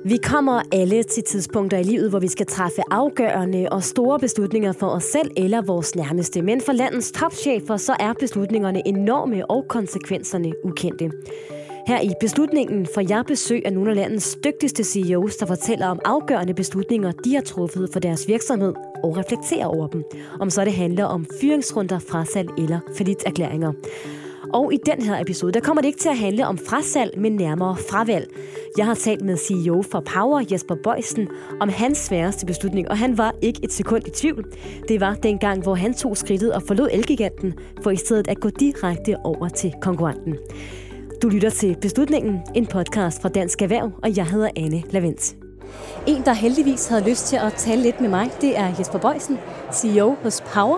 Vi kommer alle til tidspunkter i livet, hvor vi skal træffe afgørende og store beslutninger for os selv eller vores nærmeste. Men for landets topchefer, så er beslutningerne enorme og konsekvenserne ukendte. Her i beslutningen får jeg besøg af nogle af landets dygtigste CEOs, der fortæller om afgørende beslutninger, de har truffet for deres virksomhed og reflekterer over dem. Om så det handler om fyringsrunder, frasalg eller falliterklæringer. Og i den her episode, der kommer det ikke til at handle om frasalg, men nærmere fravalg. Jeg har talt med CEO for Power, Jesper Boysen, om hans sværeste beslutning, og han var ikke et sekund i tvivl. Det var dengang, hvor han tog skridtet og forlod Elgiganten, for i stedet at gå direkte over til konkurrenten. Du lytter til Beslutningen, en podcast fra Dansk Erhverv, og jeg hedder Anne Lavendt. En, der heldigvis havde lyst til at tale lidt med mig, det er Jesper Boysen, CEO hos Power.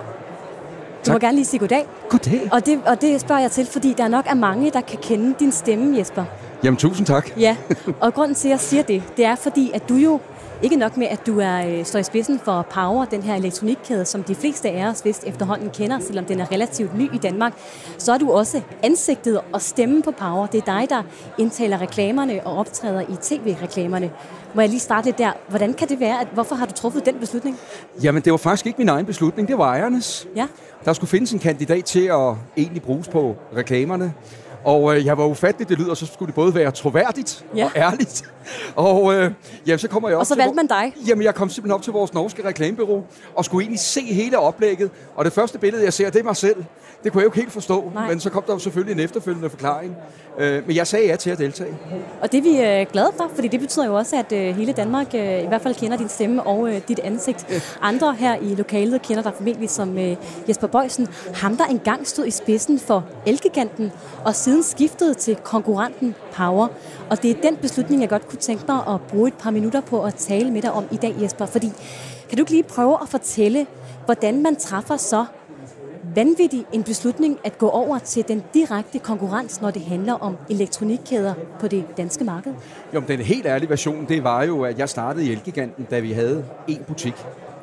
Du må gerne lige sige goddag. Goddag. Og det spørger jeg til, fordi der nok er mange, der kan kende din stemme, Jesper. Jamen, tusind tak. Ja, og grunden til, at jeg siger det er fordi, at du jo, ikke nok med, at du står i spidsen for Power, den her elektronikkæde, som de fleste af os vist efterhånden kender, selvom den er relativt ny i Danmark, så er du også ansigtet og stemmen på Power. Det er dig, der indtaler reklamerne og optræder i tv-reklamerne. Må jeg lige starte lidt der? Hvordan kan det være? Hvorfor har du truffet den beslutning? Jamen, det var faktisk ikke min egen beslutning. Det var ejernes. Ja. Der skulle findes en kandidat til at egentlig bruges på reklamerne. Og jeg var ufattelig, det lyder, så skulle det både være troværdigt og ærligt. Og jamen, så kommer jeg op. Og så valgte man dig? Jamen, jeg kom simpelthen op til vores norske reklamebureau og skulle egentlig se hele oplægget. Og det første billede, jeg ser, det er mig selv. Det kunne jeg jo ikke helt forstå, men så kom der jo selvfølgelig en efterfølgende forklaring. Men jeg sagde ja til at deltage. Og det er vi glade for, fordi det betyder jo også, at hele Danmark i hvert fald kender din stemme og dit ansigt. Andre her i lokalet kender dig formentlig som Jesper Boysen. Ham, der engang stod i spidsen for Elgiganten og siden skiftede til konkurrenten Power. Og det er den beslutning, jeg godt kunne tænke mig at bruge et par minutter på at tale med dig om i dag, Jesper. Fordi kan du ikke lige prøve at fortælle, hvordan man træffer så vanvittig en beslutning at gå over til den direkte konkurrence, når det handler om elektronikkæder på det danske marked? Jo, den helt ærlige version, det var jo, at jeg startede i Elgiganten, da vi havde én butik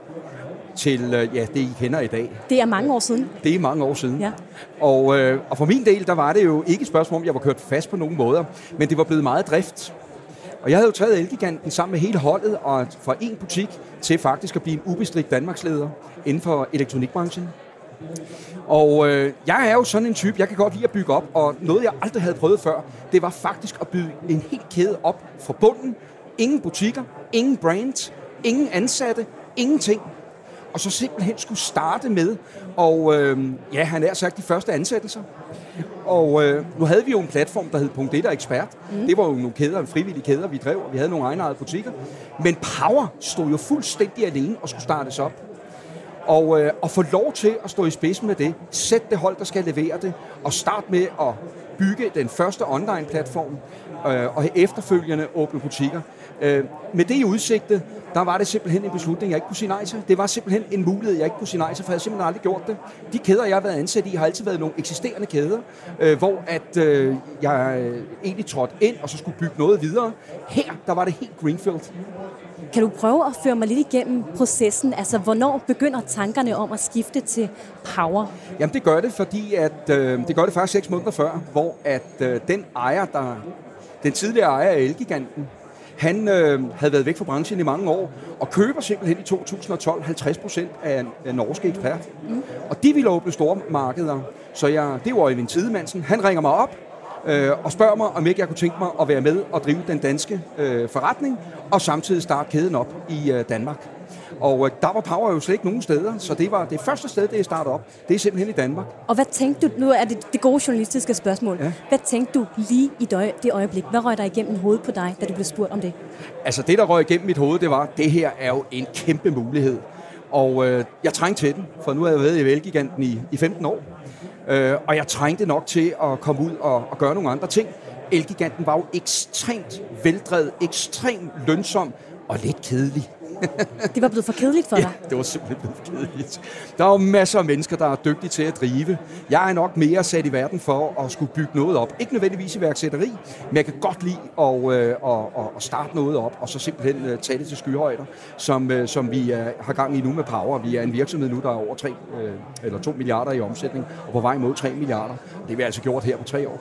til det, I kender i dag. Det er mange år siden. Det er mange år siden. Ja. Og for min del, der var det jo ikke et spørgsmål, om jeg var kørt fast på nogen måder, men det var blevet meget drift. Og jeg havde jo taget Elgiganten sammen med hele holdet, og fra én butik til faktisk at blive en ubestridt Danmarksleder inden for elektronikbranchen. Og jeg er jo sådan en type, jeg kan godt lide at bygge op, og noget jeg aldrig havde prøvet før, det var faktisk at bygge en hel kæde op fra bunden. Ingen butikker, ingen brands, ingen ansatte, ingenting. Og så simpelthen skulle starte med, og han er sagt de første ansættelser. Og nu havde vi jo en platform, der hed Punkt 1 og Ekspert. Det var jo nogle kæder, frivillige kæder, vi drev, og vi havde nogle egenejede butikker. Men Power stod jo fuldstændig alene og skulle startes op. Og få lov til at stå i spidsen med det, sæt det hold, der skal levere det, og start med at bygge den første online-platform, og efterfølgende åbne butikker. Med det i udsigte, der var det simpelthen en beslutning, jeg ikke kunne sige nej til. Det var simpelthen en mulighed, jeg ikke kunne sige nej til, for jeg havde simpelthen aldrig gjort det. De kæder, jeg har været ansat i, har altid været nogle eksisterende kæder, hvor jeg egentlig trådte ind, og så skulle bygge noget videre. Her, der var det helt greenfield. Kan du prøve at føre mig lidt igennem processen? Altså, hvornår begynder tankerne om at skifte til Power? Jamen, det gør det, fordi det gør det faktisk 6 måneder før, hvor den tidligere ejer af Elgiganten, han havde været væk fra branchen i mange år, og køber simpelthen i 2012 50% af norske Ekspert. Og de ville åbne store markeder. Så det var Øjvind Tidemansen. Han ringer mig op og spørger mig, om ikke jeg kunne tænke mig at være med og drive den danske forretning, og samtidig starte kæden op i Danmark. Og der var Power jo slet ikke nogen steder, så det var det første sted, det er startet op. Det er simpelthen i Danmark. Og hvad tænkte du, nu er det gode journalistiske spørgsmål, Hvad tænkte du lige i det øjeblik? Hvad røg der igennem hovedet på dig, da du blev spurgt om det? Altså det, der røg igennem mit hoved, det var, det her er jo en kæmpe mulighed. Og jeg trængte til den, for nu har jeg været i Elgiganten i 15 år. Og jeg trængte nok til at komme ud og gøre nogle andre ting. Elgiganten var jo ekstremt veldrevet, ekstremt lønsom og lidt kedelig. Det var blevet for kedeligt for dig? Ja, det var simpelthen blevet for kedeligt. Der er jo masser af mennesker, der er dygtige til at drive. Jeg er nok mere sat i verden for at skulle bygge noget op. Ikke nødvendigvis iværksætteri, men jeg kan godt lide at starte noget op, og så simpelthen tage det til skyhøjder, som vi har gang i nu med Power. Vi er en virksomhed nu, der er over 2 milliarder i omsætning, og på vej mod 3 milliarder. Det har vi altså gjort her på 3 år.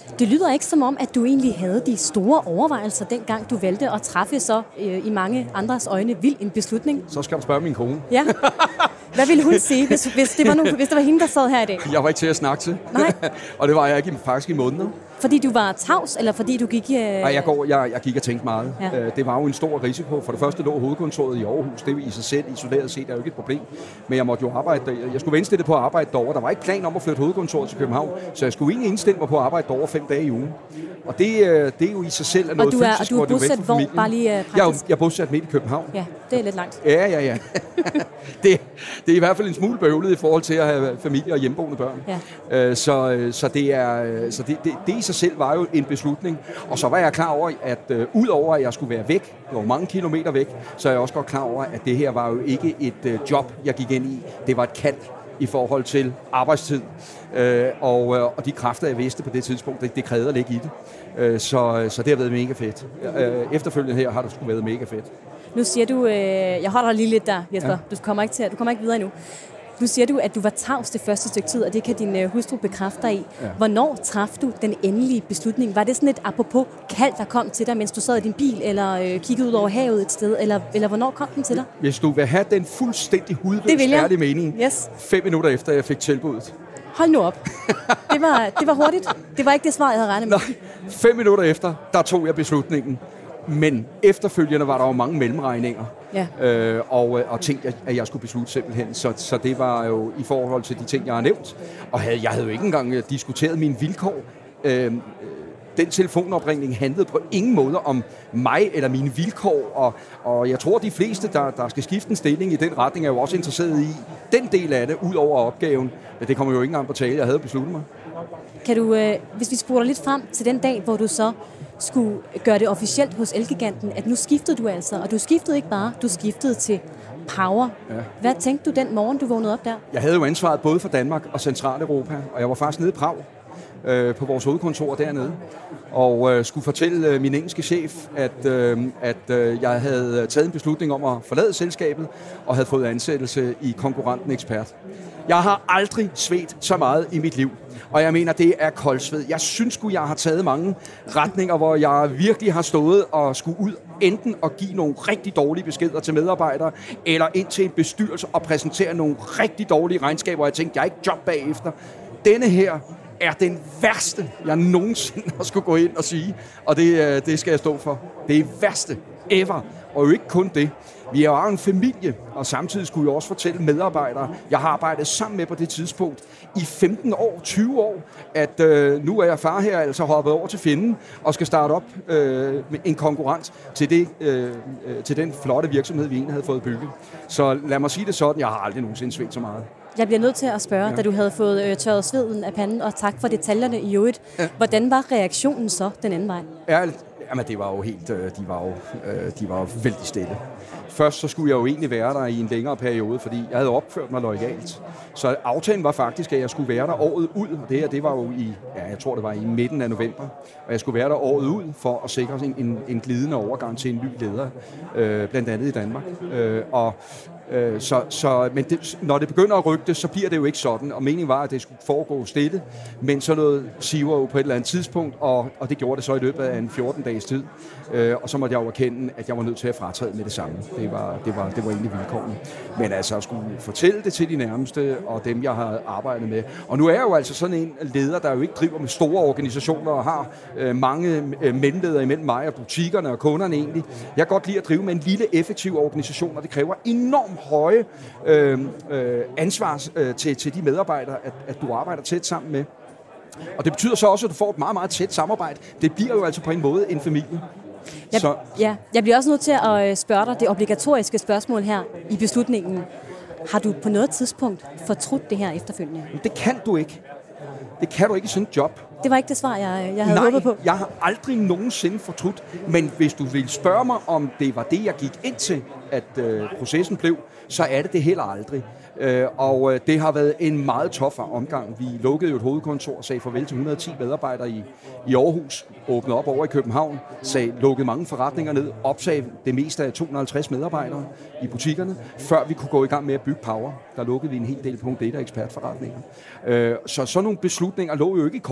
Det lyder ikke som om, at du egentlig havde de store overvejelser, dengang du valgte at træffe så i mange andres øjne vild en beslutning. Så skal du spørge min kone. Ja. Hvad ville hun sige, hvis det var hende, der sad her i dag? Jeg var ikke til at snakke til. Nej. Og det var jeg ikke faktisk i måneder. Fordi du var tavs, eller fordi du gik... Nej, jeg gik og tænkte meget. Ja. Det var jo en stor risiko. For det første lå hovedkontoret i Aarhus. Det i sig selv, isoleret set, er jo ikke et problem. Men jeg måtte jo arbejde. Jeg skulle indstille på at arbejde derovre. Der var ikke plan om at flytte hovedkontoret til København. Så jeg skulle egentlig indstille mig på at arbejde derovre 5 dage i ugen. Og det er jo i sig selv noget fysisk. Og du er bosat hvor? Bare lige jeg er bosat midt i København. Ja, det er lidt langt. Ja. Det er i hvert fald en smule bøvlet i forhold til at have familie og hjemmeboende børn. Ja. Så det i sig selv var jo en beslutning. Og så var jeg klar over, at udover at jeg skulle være væk, det var mange kilometer væk, så er jeg også godt klar over, at det her var jo ikke et job, jeg gik ind i. Det var et kald i forhold til arbejdstid. Og de kræfter, jeg vidste på det tidspunkt, det krævede at ligge i det. Så det har været mega fedt. Efterfølgende her har det sgu været mega fedt. Nu siger du, jeg holder dig lige lidt der, Jesper. Ja. Du kommer ikke videre endnu. Nu siger du, at du var tavs det første stykke tid, og det kan din hustru bekræfte dig i. Ja. Hvornår traf du den endelige beslutning? Var det sådan et apropos kald, der kom til dig, mens du sad i din bil, eller kiggede ud over havet et sted, eller hvornår kom den til dig? Hvis du vil have den fuldstændig hudløsfærdige mening, yes. 5 minutter efter, jeg fik tilbuddet. Hold nu op. Det var hurtigt. Det var ikke det svar, jeg havde regnet med. Nej, 5 minutter efter, der tog jeg beslutningen. Men efterfølgende var der jo mange mellemregninger, ja. Og ting, at jeg skulle beslutte simpelthen. Så det var jo i forhold til de ting, jeg har nævnt. Og jeg havde jo ikke engang diskuteret mine vilkår. Den telefonopringning handlede på ingen måde om mig eller mine vilkår. Og jeg tror, de fleste, der skal skifte en stilling i den retning, er jo også interesseret i den del af det, ud over opgaven. Men det kommer jo ikke engang på tale. Jeg havde besluttet mig. Kan du, hvis vi spoler lidt frem til den dag, hvor du så skulle gøre det officielt hos Elgiganten, at nu skiftede du altså, og du skiftede ikke bare, du skiftede til Power. Ja. Hvad tænkte du den morgen, du vågnede op der? Jeg havde jo ansvaret både for Danmark og Centraleuropa, og jeg var faktisk nede i Prag på vores hovedkontor dernede, og skulle fortælle min engelske chef, at jeg havde taget en beslutning om at forlade selskabet, og havde fået ansættelse i konkurrenten Ekspert. Jeg har aldrig svedt så meget i mit liv, og jeg mener, det er koldsved. Jeg synes jeg har taget mange retninger, hvor jeg virkelig har stået og skulle ud enten at give nogle rigtig dårlige beskeder til medarbejdere, eller ind til en bestyrelse og præsentere nogle rigtig dårlige regnskaber, og jeg tænkte, jeg er ikke job bagefter. Denne her er den værste, jeg nogensinde har skulle gå ind og sige, og det skal jeg stå for. Det er værste ever, og jo ikke kun det. Vi er jo en familie, og samtidig skulle jeg også fortælle medarbejdere, jeg har arbejdet sammen med på det tidspunkt i 15 år, 20 år, at nu er jeg far her, altså hoppet over til fjenden, og skal starte op med en konkurrent til den flotte virksomhed, vi egentlig havde fået bygget. Så lad mig sige det sådan, jeg har aldrig nogensinde svedt så meget. Jeg bliver nødt til at spørge, da du havde fået tørret sveden af panden, og tak for detaljerne i øvrigt. Ja. Hvordan var reaktionen så den anden vej? Jamen, det var jo helt, de var jo vældig stille. Først så skulle jeg jo egentlig være der i en længere periode, fordi jeg havde opført mig loyalt. Så aftalen var faktisk, at jeg skulle være der året ud. Det var jo jeg tror det var i midten af november. Og jeg skulle være der året ud for at sikre en glidende overgang til en ny leder, blandt andet i Danmark. Men når det begynder at rygte, så bliver det jo ikke sådan. Og meningen var, at det skulle foregå stille. Men så noget siver jo på et eller andet tidspunkt, og det gjorde det så i løbet af en 14-dages tid. Og så måtte jeg jo erkende, at jeg var nødt til at fratræde med det samme. Det var egentlig vilkårene. Men altså at skulle fortælle det til de nærmeste, og dem, jeg har arbejdet med. Og nu er jeg jo altså sådan en leder, der jo ikke driver med store organisationer, og har mange mellemledere imellem mig og butikkerne og kunderne egentlig. Jeg kan godt lide at drive med en lille, effektiv organisation, og det kræver enormt høje ansvar til de medarbejdere, at du arbejder tæt sammen med. Og det betyder så også, at du får et meget, meget tæt samarbejde. Det bliver jo altså på en måde en familie. Jeg bliver også nødt til at spørge dig det obligatoriske spørgsmål her i beslutningen. Har du på noget tidspunkt fortrudt det her efterfølgende? Det kan du ikke. Det kan du ikke i sådan et job. Det var ikke det svar, jeg havde håbet på. Nej, jeg har aldrig nogensinde fortrudt. Men hvis du vil spørge mig, om det var det, jeg gik ind til, at processen blev, så er det heller aldrig. Og det har været en meget tof omgang. Vi lukkede jo et hovedkontor og sagde farvel til 110 medarbejdere i Aarhus, åbnede op over i København, lukkede mange forretninger ned, opsagde det meste af 250 medarbejdere i butikkerne, før vi kunne gå i gang med at bygge Power. Der lukkede vi en hel del punkt data ekspertforretninger. Så sådan nogle beslutninger lå jo ikke i kortene. Jeg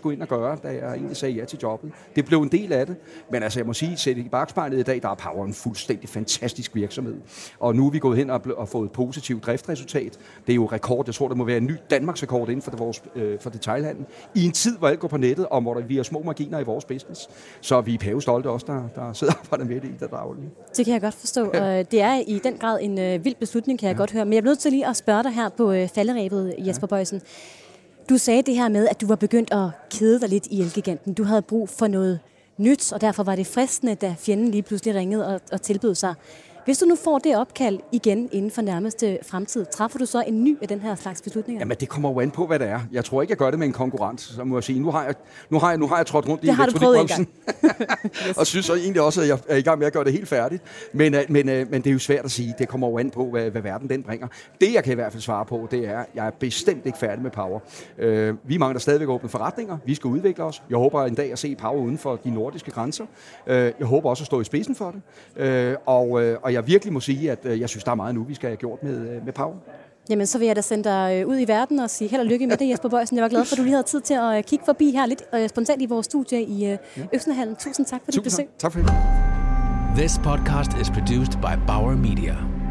skulle ind og gøre, da jeg egentlig sagde ja til jobbet. Det blev en del af det, men altså jeg må sige, sæt i bagspejlet i dag, der er Power en fuldstændig fantastisk virksomhed. Og nu er vi gået hen og fået et positivt driftresultat. Det er jo rekord, jeg tror, det må være en ny Danmarks rekord inden for detailhandel. I en tid, hvor alt går på nettet, og hvor vi har små marginer i vores business. Så vi er pævestolte også, der sidder på det midt i det daglige. Det kan jeg godt forstå, og det er i den grad en vild beslutning, kan jeg godt høre. Men jeg bliver nødt til lige at spørge dig her på falderebet, Jesper Boysen. Du sagde det her med, at du var begyndt at kede dig lidt i Elgiganten. Du havde brug for noget nyt, og derfor var det fristende, da fjenden lige pludselig ringede og tilbød sig. Hvis du nu får det opkald igen inden for nærmeste fremtid, træffer du så en ny af den her slags beslutninger? Jamen det kommer jo an på, hvad det er. Jeg tror ikke, jeg gør det med en konkurrent, så må jeg sige. Nu har jeg trådt rundt i elektronikbranchen. Yes. Og synes så egentlig også, at jeg er i gang med at gøre det helt færdigt. Men det er jo svært at sige. Det kommer jo an på, hvad verden den bringer. Det, jeg kan i hvert fald svare på, det er, at jeg er bestemt ikke færdig med Power. Vi mangler stadigvæk åbne forretninger. Vi skal udvikle os. Jeg håber en dag at se Power uden for de nordiske grænser. Jeg håber også at stå i spidsen for det. Og jeg virkelig må sige, at jeg synes, der er meget nu, vi skal have gjort med Power. Jamen, så vil jeg da sende dig ud i verden og sige held og lykke med det, Jesper Boysen. Jeg var glad for, at du lige havde tid til at kigge forbi her lidt spontant i vores studie i Øksnehallen. Tusind tak for dit besøg. Tak for det. This podcast is produced by Bauer Media.